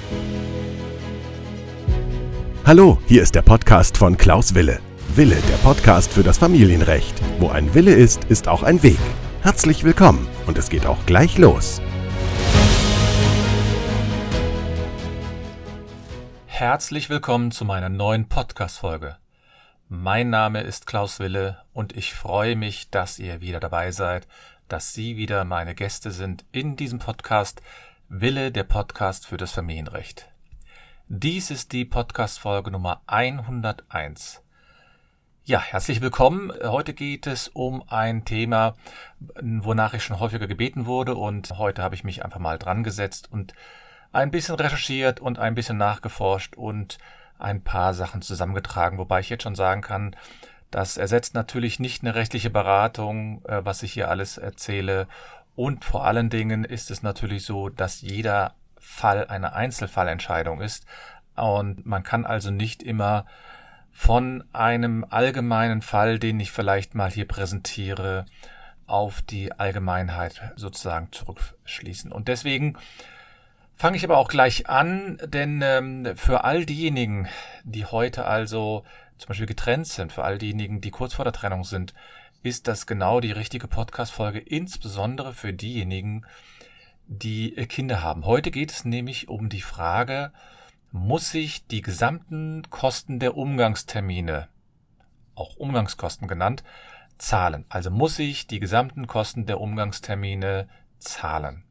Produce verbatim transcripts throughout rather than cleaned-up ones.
Hallo, hier ist der Podcast von Klaus Wille. Wille, der Podcast für das Familienrecht. Wo ein Wille ist, ist auch ein Weg. Herzlich willkommen und es geht auch gleich los. Herzlich willkommen zu meiner neuen Podcast-Folge. Mein Name ist Klaus Wille und ich freue mich, dass ihr wieder dabei seid, dass Sie wieder meine Gäste sind in diesem Podcast Wille, der Podcast für das Familienrecht. Dies ist die Podcast-Folge Nummer hunderteins. Ja, herzlich willkommen. Heute geht es um ein Thema, wonach ich schon häufiger gebeten wurde, und heute habe ich mich einfach mal dran gesetzt und ein bisschen recherchiert und ein bisschen nachgeforscht und ein paar Sachen zusammengetragen, wobei ich jetzt schon sagen kann, das ersetzt natürlich nicht eine rechtliche Beratung, was ich hier alles erzähle, und vor allen Dingen ist es natürlich so, dass jeder Fall eine Einzelfallentscheidung ist und man kann also nicht immer von einem allgemeinen Fall, den ich vielleicht mal hier präsentiere, auf die Allgemeinheit sozusagen zurückschließen. Und deswegen fange ich aber auch gleich an, denn ähm, für all diejenigen, die heute also zum Beispiel getrennt sind, für all diejenigen, die kurz vor der Trennung sind, ist das genau die richtige Podcast-Folge, insbesondere für diejenigen, die Kinder haben. Heute geht es nämlich um die Frage, muss ich die gesamten Kosten der Umgangstermine, auch Umgangskosten genannt, zahlen? Also muss ich die gesamten Kosten der Umgangstermine zahlen?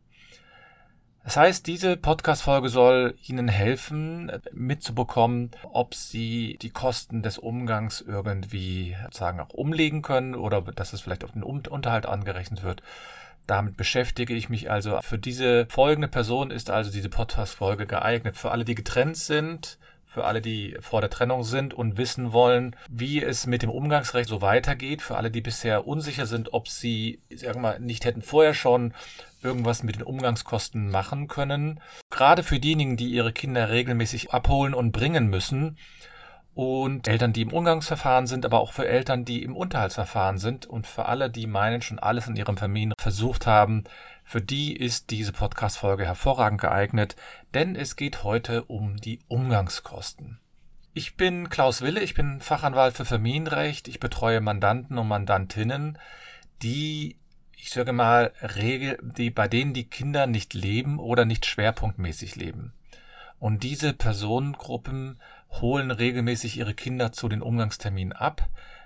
Das heißt, diese Podcast-Folge soll Ihnen helfen, mitzubekommen, ob Sie die Kosten des Umgangs irgendwie sozusagen auch umlegen können oder dass es vielleicht auf den Unterhalt angerechnet wird. Damit beschäftige ich mich also. Für diese folgende Person ist also diese Podcast-Folge geeignet. Für alle, die getrennt sind, für alle, die vor der Trennung sind und wissen wollen, wie es mit dem Umgangsrecht so weitergeht. Für alle, die bisher unsicher sind, ob sie, sagen wir mal, nicht hätten vorher schon irgendwas mit den Umgangskosten machen können. Gerade für diejenigen, die ihre Kinder regelmäßig abholen und bringen müssen. Und Eltern, die im Umgangsverfahren sind, aber auch für Eltern, die im Unterhaltsverfahren sind, und für alle, die meinen, schon alles in ihrem Familien versucht haben, für die ist diese Podcast-Folge hervorragend geeignet, denn es geht heute um die Umgangskosten. Ich bin Klaus Wille, ich bin Fachanwalt für Familienrecht, ich betreue Mandanten und Mandantinnen, die, ich sage mal, Regel, die, bei denen die Kinder nicht leben oder nicht schwerpunktmäßig leben. Und diese Personengruppen holen regelmäßig ihre Kinder zu den Umgangsterminen ab.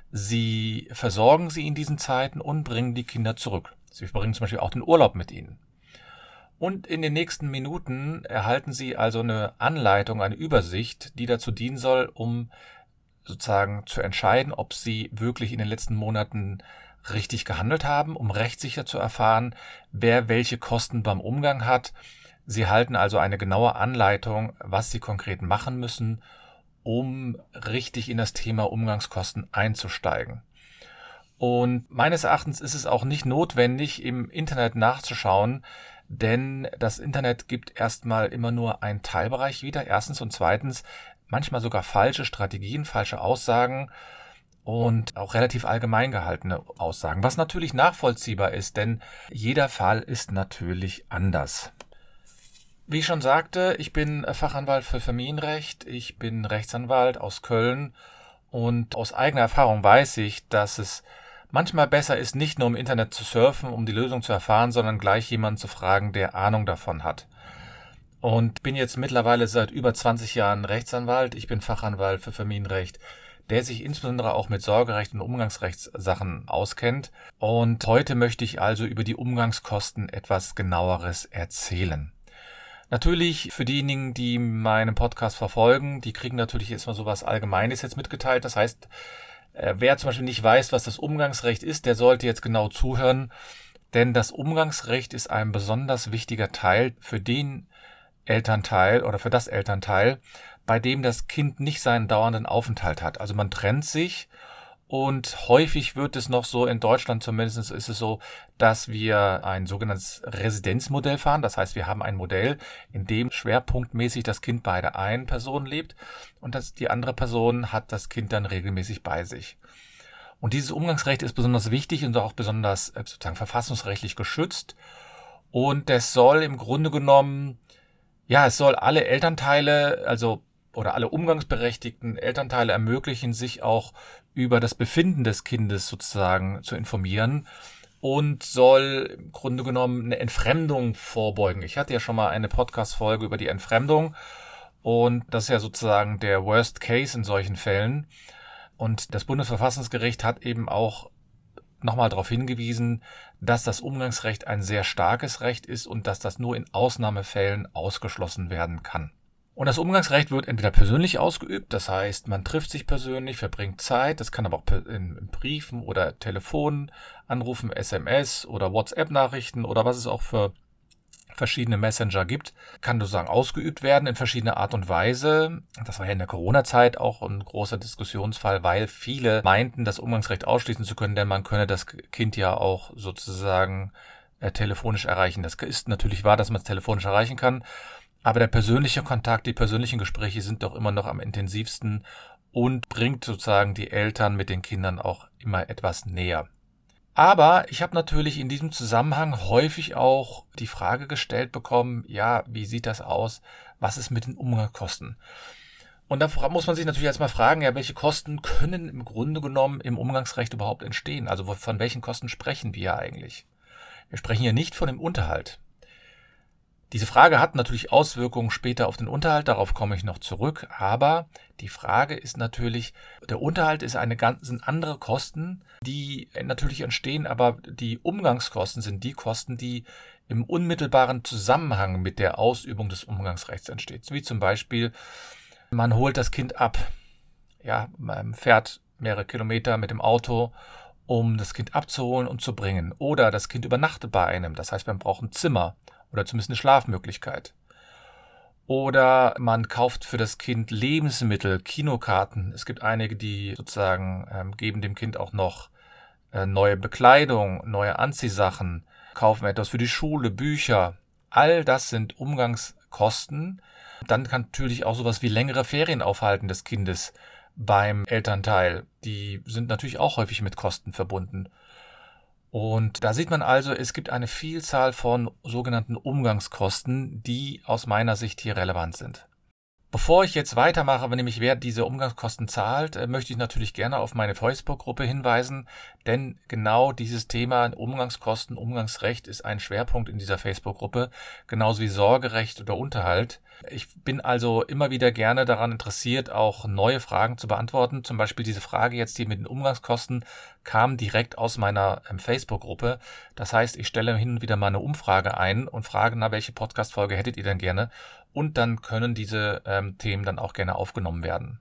Sie versorgen sie in diesen Zeiten und bringen die Kinder zurück. Sie bringen zum Beispiel auch den Urlaub mit ihnen. Und in den nächsten Minuten erhalten Sie also eine Anleitung, eine Übersicht, die dazu dienen soll, um sozusagen zu entscheiden, ob Sie wirklich in den letzten Monaten richtig gehandelt haben, um rechtssicher zu erfahren, wer welche Kosten beim Umgang hat. Sie erhalten also eine genaue Anleitung, was Sie konkret machen müssen, um richtig in das Thema Umgangskosten einzusteigen. Und meines Erachtens ist es auch nicht notwendig, im Internet nachzuschauen, denn das Internet gibt erstmal immer nur einen Teilbereich wieder, erstens, und zweitens manchmal sogar falsche Strategien, falsche Aussagen und auch relativ allgemein gehaltene Aussagen, was natürlich nachvollziehbar ist, denn jeder Fall ist natürlich anders. Wie ich schon sagte, ich bin Fachanwalt für Familienrecht, ich bin Rechtsanwalt aus Köln und aus eigener Erfahrung weiß ich, dass es manchmal besser ist, nicht nur im Internet zu surfen, um die Lösung zu erfahren, sondern gleich jemanden zu fragen, der Ahnung davon hat. Und bin jetzt mittlerweile seit über zwanzig Jahren Rechtsanwalt, ich bin Fachanwalt für Familienrecht, der sich insbesondere auch mit Sorgerecht und Umgangsrechtssachen auskennt. Und heute möchte ich also über die Umgangskosten etwas Genaueres erzählen. Natürlich für diejenigen, die meinen Podcast verfolgen, die kriegen natürlich erstmal sowas Allgemeines jetzt mitgeteilt. Das heißt, wer zum Beispiel nicht weiß, was das Umgangsrecht ist, der sollte jetzt genau zuhören, denn das Umgangsrecht ist ein besonders wichtiger Teil für den Elternteil oder für das Elternteil, bei dem das Kind nicht seinen dauernden Aufenthalt hat. Also man trennt sich. Und häufig wird es noch so, in Deutschland zumindest ist es so, dass wir ein sogenanntes Residenzmodell fahren. Das heißt, wir haben ein Modell, in dem schwerpunktmäßig das Kind bei der einen Person lebt und das, die andere Person hat das Kind dann regelmäßig bei sich. Und dieses Umgangsrecht ist besonders wichtig und auch besonders sozusagen verfassungsrechtlich geschützt. Und es soll im Grunde genommen Ja, es soll alle Elternteile, also oder alle umgangsberechtigten Elternteile ermöglichen, sich auch über das Befinden des Kindes sozusagen zu informieren und soll im Grunde genommen eine Entfremdung vorbeugen. Ich hatte ja schon mal eine Podcast-Folge über die Entfremdung und das ist ja sozusagen der Worst Case in solchen Fällen. Und das Bundesverfassungsgericht hat eben auch nochmal darauf hingewiesen, dass das Umgangsrecht ein sehr starkes Recht ist und dass das nur in Ausnahmefällen ausgeschlossen werden kann. Und das Umgangsrecht wird entweder persönlich ausgeübt, das heißt, man trifft sich persönlich, verbringt Zeit, das kann aber auch in Briefen oder Telefonanrufen, S M S oder WhatsApp-Nachrichten oder was es auch für verschiedene Messenger gibt, kann sozusagen ausgeübt werden in verschiedener Art und Weise. Das war ja in der Corona-Zeit auch ein großer Diskussionsfall, weil viele meinten, das Umgangsrecht ausschließen zu können, denn man könne das Kind ja auch sozusagen äh, telefonisch erreichen. Das ist natürlich wahr, dass man es telefonisch erreichen kann, aber der persönliche Kontakt, die persönlichen Gespräche sind doch immer noch am intensivsten und bringt sozusagen die Eltern mit den Kindern auch immer etwas näher. Aber ich habe natürlich in diesem Zusammenhang häufig auch die Frage gestellt bekommen, ja, wie sieht das aus? Was ist mit den Umgangskosten? Und da muss man sich natürlich erstmal fragen, ja, welche Kosten können im Grunde genommen im Umgangsrecht überhaupt entstehen? Also von welchen Kosten sprechen wir eigentlich? Wir sprechen hier nicht von dem Unterhalt. Diese Frage hat natürlich Auswirkungen später auf den Unterhalt, darauf komme ich noch zurück, aber die Frage ist natürlich, der Unterhalt ist eine ganz, sind andere Kosten, die natürlich entstehen, aber die Umgangskosten sind die Kosten, die im unmittelbaren Zusammenhang mit der Ausübung des Umgangsrechts entstehen. Wie zum Beispiel, man holt das Kind ab, ja, man fährt mehrere Kilometer mit dem Auto, um das Kind abzuholen und zu bringen. Oder das Kind übernachtet bei einem, das heißt, man braucht ein Zimmer. Oder zumindest eine Schlafmöglichkeit. Oder man kauft für das Kind Lebensmittel, Kinokarten. Es gibt einige, die sozusagen ähm, geben dem Kind auch noch äh, neue Bekleidung, neue Anziehsachen, kaufen etwas für die Schule, Bücher. All das sind Umgangskosten. Dann kann natürlich auch sowas wie längere Ferienaufhalten des Kindes beim Elternteil. Die sind natürlich auch häufig mit Kosten verbunden. Und da sieht man also, es gibt eine Vielzahl von sogenannten Umgangskosten, die aus meiner Sicht hier relevant sind. Bevor ich jetzt weitermache, nämlich wer diese Umgangskosten zahlt, möchte ich natürlich gerne auf meine Facebook-Gruppe hinweisen, denn genau dieses Thema Umgangskosten, Umgangsrecht ist ein Schwerpunkt in dieser Facebook-Gruppe, genauso wie Sorgerecht oder Unterhalt. Ich bin also immer wieder gerne daran interessiert, auch neue Fragen zu beantworten. Zum Beispiel diese Frage jetzt hier mit den Umgangskosten kam direkt aus meiner ähm, Facebook-Gruppe. Das heißt, ich stelle hin und wieder mal eine Umfrage ein und frage, na, welche Podcast-Folge hättet ihr denn gerne? Und dann können diese ähm, Themen dann auch gerne aufgenommen werden.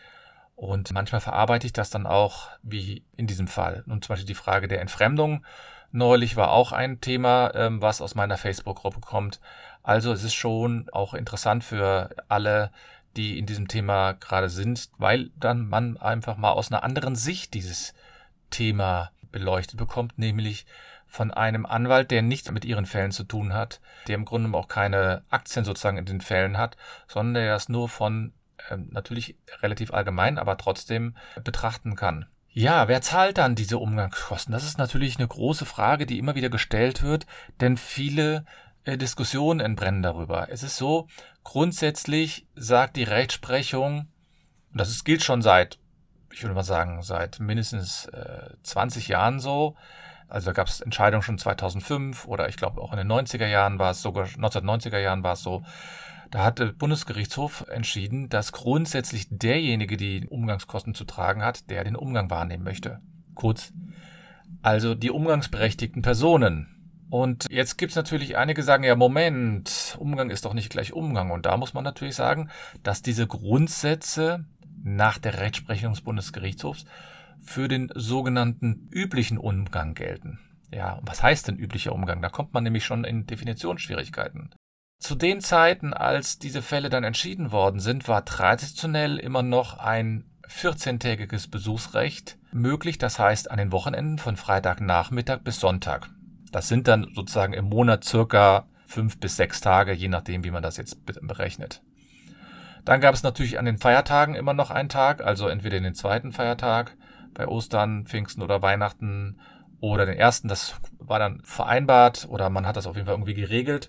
Und manchmal verarbeite ich das dann auch, wie in diesem Fall. Und zum Beispiel die Frage der Entfremdung neulich war auch ein Thema, ähm, was aus meiner Facebook-Gruppe kommt. Also es ist schon auch interessant für alle, die in diesem Thema gerade sind, weil dann man einfach mal aus einer anderen Sicht dieses Thema beleuchtet bekommt, nämlich von einem Anwalt, der nichts mit ihren Fällen zu tun hat, der im Grunde auch keine Aktien sozusagen in den Fällen hat, sondern der das nur von, äh, natürlich relativ allgemein, aber trotzdem betrachten kann. Ja, wer zahlt dann diese Umgangskosten? Das ist natürlich eine große Frage, die immer wieder gestellt wird, denn viele äh, Diskussionen entbrennen darüber. Es ist so, grundsätzlich sagt die Rechtsprechung, und das ist, gilt schon seit, ich würde mal sagen, seit mindestens äh, zwanzig Jahren so. Also da gab es Entscheidungen schon zweitausendfünf oder ich glaube auch in den neunziger Jahren war es sogar, neunzehnhundertneunziger Jahren war es so. Da hat der Bundesgerichtshof entschieden, dass grundsätzlich derjenige, die Umgangskosten zu tragen hat, der den Umgang wahrnehmen möchte. Kurz, also die umgangsberechtigten Personen. Und jetzt gibt es natürlich einige, die sagen, ja Moment, Umgang ist doch nicht gleich Umgang. Und da muss man natürlich sagen, dass diese Grundsätze nach der Rechtsprechung des Bundesgerichtshofs für den sogenannten üblichen Umgang gelten. Ja, und was heißt denn üblicher Umgang? Da kommt man nämlich schon in Definitionsschwierigkeiten. Zu den Zeiten, als diese Fälle dann entschieden worden sind, war traditionell immer noch ein vierzehntägiges Besuchsrecht möglich, das heißt an den Wochenenden von Freitagnachmittag bis Sonntag. Das sind dann sozusagen im Monat circa fünf bis sechs Tage, je nachdem, wie man das jetzt berechnet. Dann gab es natürlich an den Feiertagen immer noch einen Tag, also entweder den zweiten Feiertag, bei Ostern, Pfingsten oder Weihnachten oder den ersten, das war dann vereinbart oder man hat das auf jeden Fall irgendwie geregelt.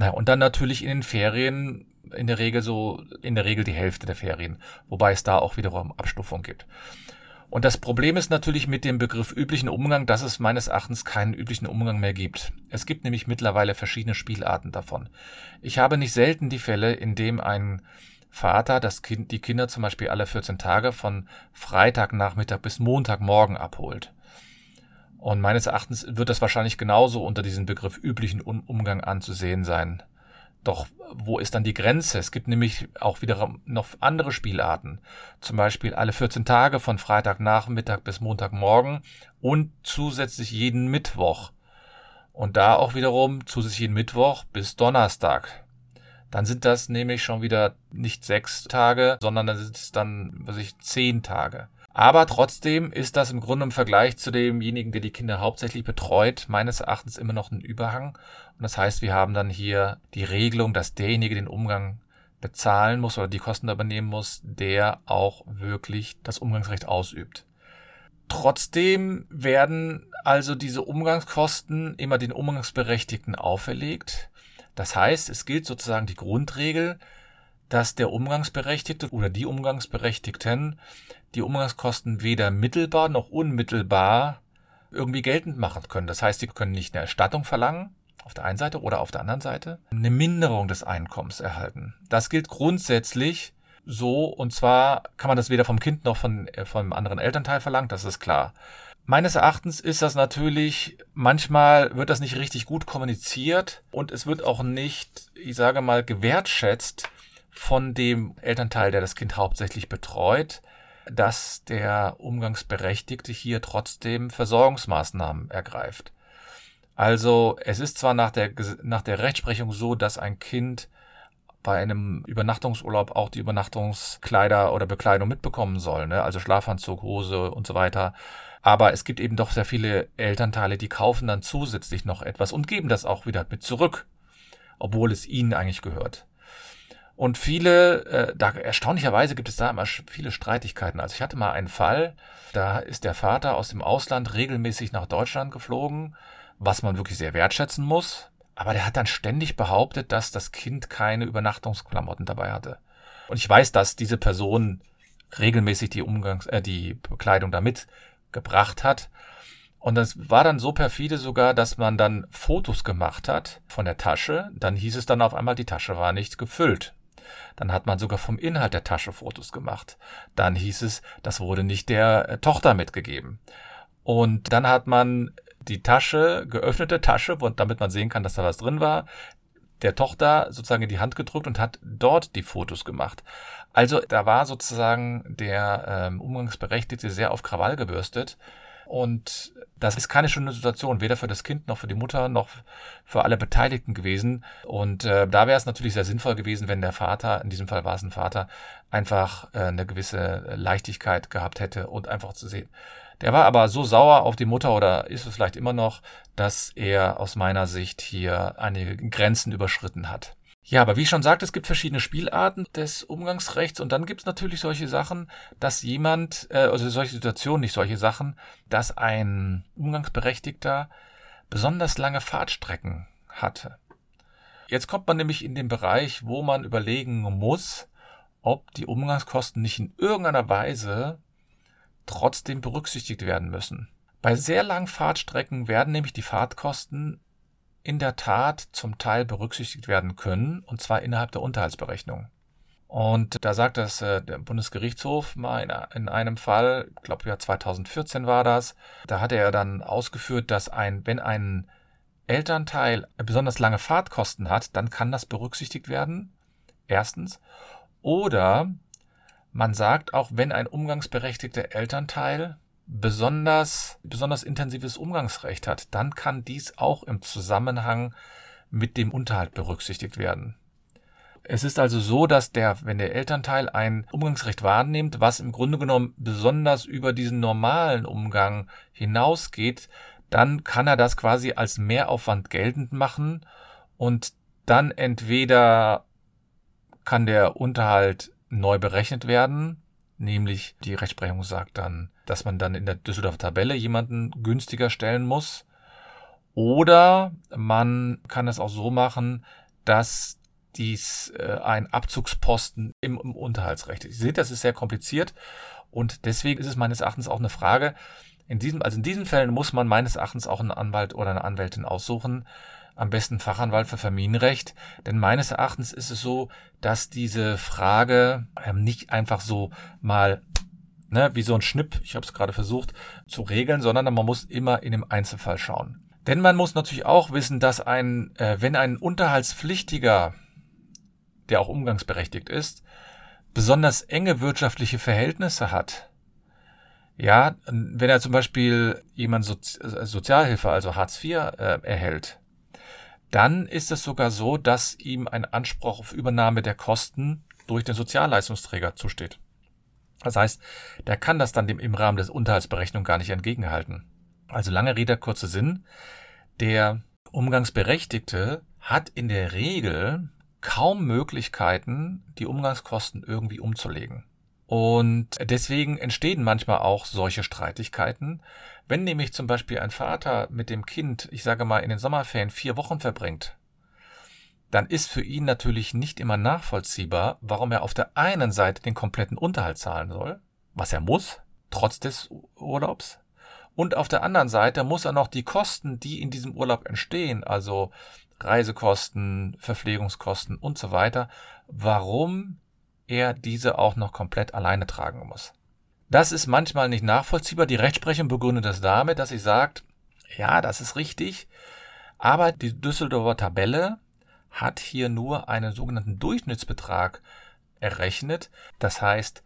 Naja, und dann natürlich in den Ferien in der Regel so, in der Regel die Hälfte der Ferien, wobei es da auch wiederum Abstufung gibt. Und das Problem ist natürlich mit dem Begriff üblichen Umgang, dass es meines Erachtens keinen üblichen Umgang mehr gibt. Es gibt nämlich mittlerweile verschiedene Spielarten davon. Ich habe nicht selten die Fälle, in dem ein Vater das Kind, die Kinder zum Beispiel alle vierzehn Tage von Freitagnachmittag bis Montagmorgen abholt. Und meines Erachtens wird das wahrscheinlich genauso unter diesem Begriff üblichen Umgang anzusehen sein. Doch wo ist dann die Grenze? Es gibt nämlich auch wieder noch andere Spielarten. Zum Beispiel alle vierzehn Tage von Freitagnachmittag bis Montagmorgen und zusätzlich jeden Mittwoch. Und da auch wiederum zusätzlich jeden Mittwoch bis Donnerstag. Dann sind das nämlich schon wieder nicht sechs Tage, sondern dann sind es dann, was weiß ich, zehn Tage. Aber trotzdem ist das im Grunde im Vergleich zu demjenigen, der die Kinder hauptsächlich betreut, meines Erachtens immer noch ein Überhang. Und das heißt, wir haben dann hier die Regelung, dass derjenige den Umgang bezahlen muss oder die Kosten übernehmen muss, der auch wirklich das Umgangsrecht ausübt. Trotzdem werden also diese Umgangskosten immer den Umgangsberechtigten auferlegt. Das heißt, es gilt sozusagen die Grundregel, dass der Umgangsberechtigte oder die Umgangsberechtigten die Umgangskosten weder mittelbar noch unmittelbar irgendwie geltend machen können. Das heißt, sie können nicht eine Erstattung verlangen, auf der einen Seite, oder auf der anderen Seite eine Minderung des Einkommens erhalten. Das gilt grundsätzlich so, und zwar kann man das weder vom Kind noch von, äh, vom anderen Elternteil verlangen, das ist klar. Meines Erachtens ist das natürlich, manchmal wird das nicht richtig gut kommuniziert und es wird auch nicht, ich sage mal, gewertschätzt von dem Elternteil, der das Kind hauptsächlich betreut, dass der Umgangsberechtigte hier trotzdem Versorgungsmaßnahmen ergreift. Also es ist zwar nach der, nach der Rechtsprechung so, dass ein Kind bei einem Übernachtungsurlaub auch die Übernachtungskleider oder Bekleidung mitbekommen soll, ne? Also Schlafanzug, Hose und so weiter. Aber es gibt eben doch sehr viele Elternteile, die kaufen dann zusätzlich noch etwas und geben das auch wieder mit zurück, obwohl es ihnen eigentlich gehört. Und viele, äh, da erstaunlicherweise gibt es da immer viele Streitigkeiten. Also ich hatte mal einen Fall, da ist der Vater aus dem Ausland regelmäßig nach Deutschland geflogen, was man wirklich sehr wertschätzen muss. Aber der hat dann ständig behauptet, dass das Kind keine Übernachtungsklamotten dabei hatte. Und ich weiß, dass diese Person regelmäßig die Umgangs-, äh, die Bekleidung da mitgebracht hat. Und das war dann so perfide sogar, dass man dann Fotos gemacht hat von der Tasche. Dann hieß es dann auf einmal, die Tasche war nicht gefüllt. Dann hat man sogar vom Inhalt der Tasche Fotos gemacht. Dann hieß es, das wurde nicht der äh, Tochter mitgegeben. Und dann hat man die Tasche, geöffnete Tasche, damit man sehen kann, dass da was drin war, der Tochter sozusagen in die Hand gedrückt und hat dort die Fotos gemacht. Also da war sozusagen der ähm, Umgangsberechtigte sehr auf Krawall gebürstet. Und das ist keine schöne Situation, weder für das Kind noch für die Mutter noch für alle Beteiligten gewesen. Und äh, da wäre es natürlich sehr sinnvoll gewesen, wenn der Vater, in diesem Fall war es ein Vater, einfach äh, eine gewisse Leichtigkeit gehabt hätte und einfach zu sehen. Der war aber so sauer auf die Mutter, oder ist es vielleicht immer noch, dass er aus meiner Sicht hier einige Grenzen überschritten hat. Ja, aber wie ich schon sagte, es gibt verschiedene Spielarten des Umgangsrechts und dann gibt es natürlich solche Sachen, dass jemand, äh, also solche Situationen, nicht solche Sachen, dass ein Umgangsberechtigter besonders lange Fahrtstrecken hatte. Jetzt kommt man nämlich in den Bereich, wo man überlegen muss, ob die Umgangskosten nicht in irgendeiner Weise trotzdem berücksichtigt werden müssen. Bei sehr langen Fahrtstrecken werden nämlich die Fahrtkosten in der Tat zum Teil berücksichtigt werden können, und zwar innerhalb der Unterhaltsberechnung. Und da sagt das äh, der Bundesgerichtshof mal in, in einem Fall, ich glaube ja zweitausendvierzehn war das, da hat er dann ausgeführt, dass ein, wenn ein Elternteil besonders lange Fahrtkosten hat, dann kann das berücksichtigt werden, erstens. Oder man sagt auch, wenn ein umgangsberechtigter Elternteil besonders, besonders intensives Umgangsrecht hat, dann kann dies auch im Zusammenhang mit dem Unterhalt berücksichtigt werden. Es ist also so, dass der, wenn der Elternteil ein Umgangsrecht wahrnimmt, was im Grunde genommen besonders über diesen normalen Umgang hinausgeht, dann kann er das quasi als Mehraufwand geltend machen und dann entweder kann der Unterhalt neu berechnet werden, nämlich die Rechtsprechung sagt dann, dass man dann in der Düsseldorfer Tabelle jemanden günstiger stellen muss, oder man kann es auch so machen, dass dies äh, ein Abzugsposten im, im Unterhaltsrecht ist. Ihr seht, das ist sehr kompliziert und deswegen ist es meines Erachtens auch eine Frage, in diesem, also in diesen Fällen muss man meines Erachtens auch einen Anwalt oder eine Anwältin aussuchen, am besten Fachanwalt für Familienrecht, denn meines Erachtens ist es so, dass diese Frage ähm, nicht einfach so mal ne, wie so ein Schnipp, ich habe es gerade versucht, zu regeln, sondern man muss immer in dem Einzelfall schauen. Denn man muss natürlich auch wissen, dass ein, äh, wenn ein Unterhaltspflichtiger, der auch umgangsberechtigt ist, besonders enge wirtschaftliche Verhältnisse hat, ja, wenn er zum Beispiel jemand Sozi- Sozialhilfe, also Hartz vier, äh, erhält, dann ist es sogar so, dass ihm ein Anspruch auf Übernahme der Kosten durch den Sozialleistungsträger zusteht. Das heißt, der kann das dann dem im Rahmen des Unterhaltsberechnung gar nicht entgegenhalten. Also lange Rede, kurzer Sinn. Der Umgangsberechtigte hat in der Regel kaum Möglichkeiten, die Umgangskosten irgendwie umzulegen. Und deswegen entstehen manchmal auch solche Streitigkeiten. Wenn nämlich zum Beispiel ein Vater mit dem Kind, ich sage mal, in den Sommerferien vier Wochen verbringt, dann ist für ihn natürlich nicht immer nachvollziehbar, warum er auf der einen Seite den kompletten Unterhalt zahlen soll, was er muss, trotz des Urlaubs, und auf der anderen Seite muss er noch die Kosten, die in diesem Urlaub entstehen, also Reisekosten, Verpflegungskosten und so weiter, warum er diese auch noch komplett alleine tragen muss. Das ist manchmal nicht nachvollziehbar. Die Rechtsprechung begründet das damit, dass sie sagt, ja, das ist richtig, aber die Düsseldorfer Tabelle hat hier nur einen sogenannten Durchschnittsbetrag errechnet. Das heißt,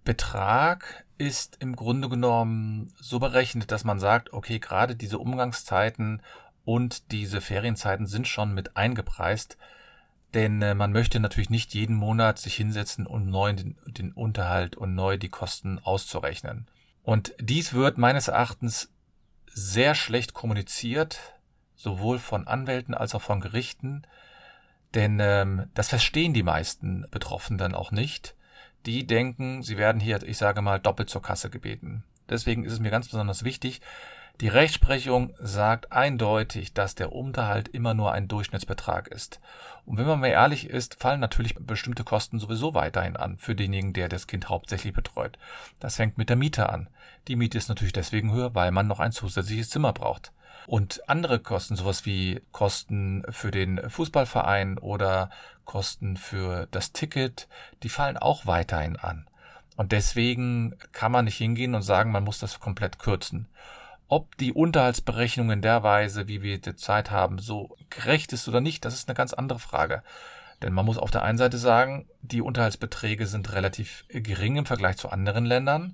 Betrag ist im Grunde genommen so berechnet, dass man sagt, okay, gerade diese Umgangszeiten und diese Ferienzeiten sind schon mit eingepreist, denn äh, man möchte natürlich nicht jeden Monat sich hinsetzen und neu den, den Unterhalt und neu die Kosten auszurechnen. Und dies wird meines Erachtens sehr schlecht kommuniziert, sowohl von Anwälten als auch von Gerichten, denn ähm, das verstehen die meisten Betroffenen dann auch nicht. Die denken, sie werden hier, ich sage mal, doppelt zur Kasse gebeten. Deswegen ist es mir ganz besonders wichtig, die Rechtsprechung sagt eindeutig, dass der Unterhalt immer nur ein Durchschnittsbetrag ist. Und wenn man mal ehrlich ist, fallen natürlich bestimmte Kosten sowieso weiterhin an für denjenigen, der das Kind hauptsächlich betreut. Das fängt mit der Miete an. Die Miete ist natürlich deswegen höher, weil man noch ein zusätzliches Zimmer braucht. Und andere Kosten, sowas wie Kosten für den Fußballverein oder Kosten für das Ticket, die fallen auch weiterhin an. Und deswegen kann man nicht hingehen und sagen, man muss das komplett kürzen. Ob die Unterhaltsberechnung in der Weise, wie wir die Zeit haben, so gerecht ist oder nicht, das ist eine ganz andere Frage. Denn man muss auf der einen Seite sagen, die Unterhaltsbeträge sind relativ gering im Vergleich zu anderen Ländern.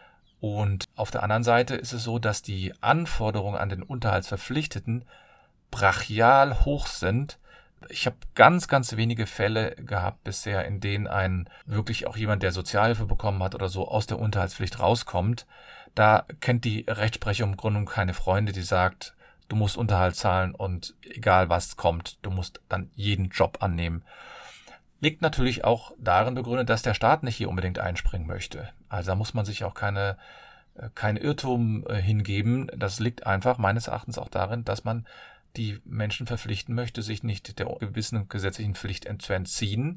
Und auf der anderen Seite ist es so, dass die Anforderungen an den Unterhaltsverpflichteten brachial hoch sind. Ich habe ganz, ganz wenige Fälle gehabt bisher, in denen ein wirklich auch jemand, der Sozialhilfe bekommen hat oder so, aus der Unterhaltspflicht rauskommt. Da kennt die Rechtsprechung im Grunde keine Freunde, die sagt, du musst Unterhalt zahlen und egal was kommt, du musst dann jeden Job annehmen. Liegt natürlich auch darin begründet, dass der Staat nicht hier unbedingt einspringen möchte. Also da muss man sich auch keine, kein Irrtum hingeben. Das liegt einfach meines Erachtens auch darin, dass man die Menschen verpflichten möchte, sich nicht der gewissen gesetzlichen Pflicht zu entziehen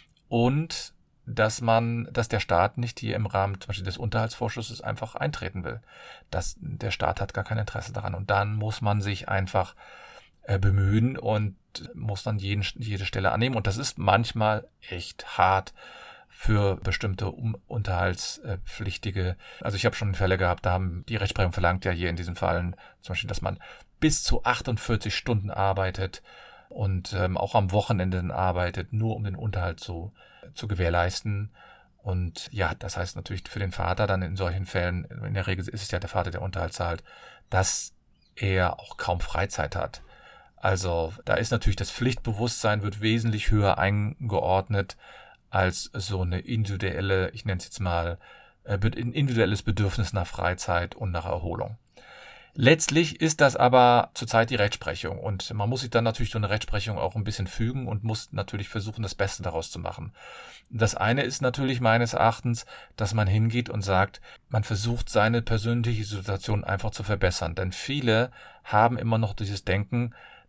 und dass man, dass der Staat nicht hier im Rahmen zum Beispiel des Unterhaltsvorschusses einfach eintreten will. Das, der Staat hat gar kein Interesse daran und dann muss man sich einfach äh, bemühen und muss dann jeden, jede Stelle annehmen und das ist manchmal echt hart für bestimmte um, Unterhaltspflichtige. Also ich habe schon Fälle gehabt, da haben die Rechtsprechung verlangt ja hier in diesen Fällen zum Beispiel, dass man bis zu achtundvierzig Stunden arbeitet und ähm, auch am Wochenende arbeitet, nur um den Unterhalt zu, zu gewährleisten. Und ja, das heißt natürlich für den Vater dann in solchen Fällen, in der Regel ist es ja der Vater, der Unterhalt zahlt, dass er auch kaum Freizeit hat. Also da ist natürlich das Pflichtbewusstsein wird wesentlich höher eingeordnet als so eine individuelle, ich nenne es jetzt mal, ein individuelles Bedürfnis nach Freizeit und nach Erholung. Letztlich ist das aber zurzeit die Rechtsprechung und man muss sich dann natürlich so eine Rechtsprechung auch ein bisschen fügen und muss natürlich versuchen, das Beste daraus zu machen. Das eine ist natürlich meines Erachtens, dass man hingeht und sagt, man versucht seine persönliche Situation einfach zu verbessern, denn viele haben immer noch dieses Denken,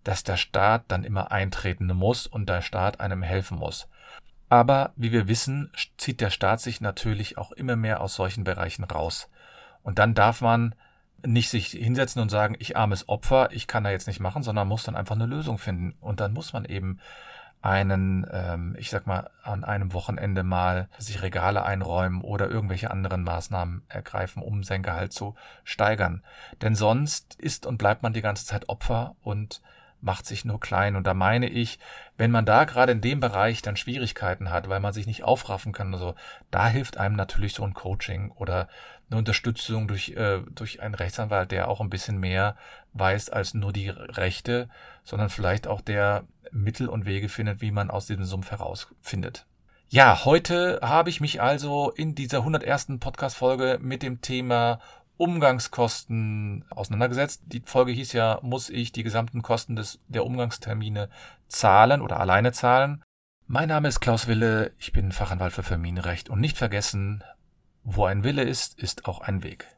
dass der Staat dann immer eintreten muss und der Staat einem helfen muss. Aber wie wir wissen, zieht der Staat sich natürlich auch immer mehr aus solchen Bereichen raus. Und dann darf man nicht sich hinsetzen und sagen, ich armes Opfer, ich kann da jetzt nicht machen, sondern muss dann einfach eine Lösung finden. Und dann muss man eben einen, ähm, ich sag mal, an einem Wochenende mal sich Regale einräumen oder irgendwelche anderen Maßnahmen ergreifen, um sein Gehalt zu steigern. Denn sonst ist und bleibt man die ganze Zeit Opfer und macht sich nur klein. Und da meine ich, wenn man da gerade in dem Bereich dann Schwierigkeiten hat, weil man sich nicht aufraffen kann oder so, da hilft einem natürlich so ein Coaching oder eine Unterstützung durch, äh, durch einen Rechtsanwalt, der auch ein bisschen mehr weiß als nur die Rechte, sondern vielleicht auch der Mittel und Wege findet, wie man aus diesem Sumpf herausfindet. Ja, heute habe ich mich also in dieser hundertersten Podcast-Folge mit dem Thema Umgangskosten auseinandergesetzt. Die Folge hieß ja, muss ich die gesamten Kosten des, der Umgangstermine zahlen oder alleine zahlen? Mein Name ist Klaus Wille, ich bin Fachanwalt für Familienrecht und nicht vergessen, wo ein Wille ist, ist auch ein Weg.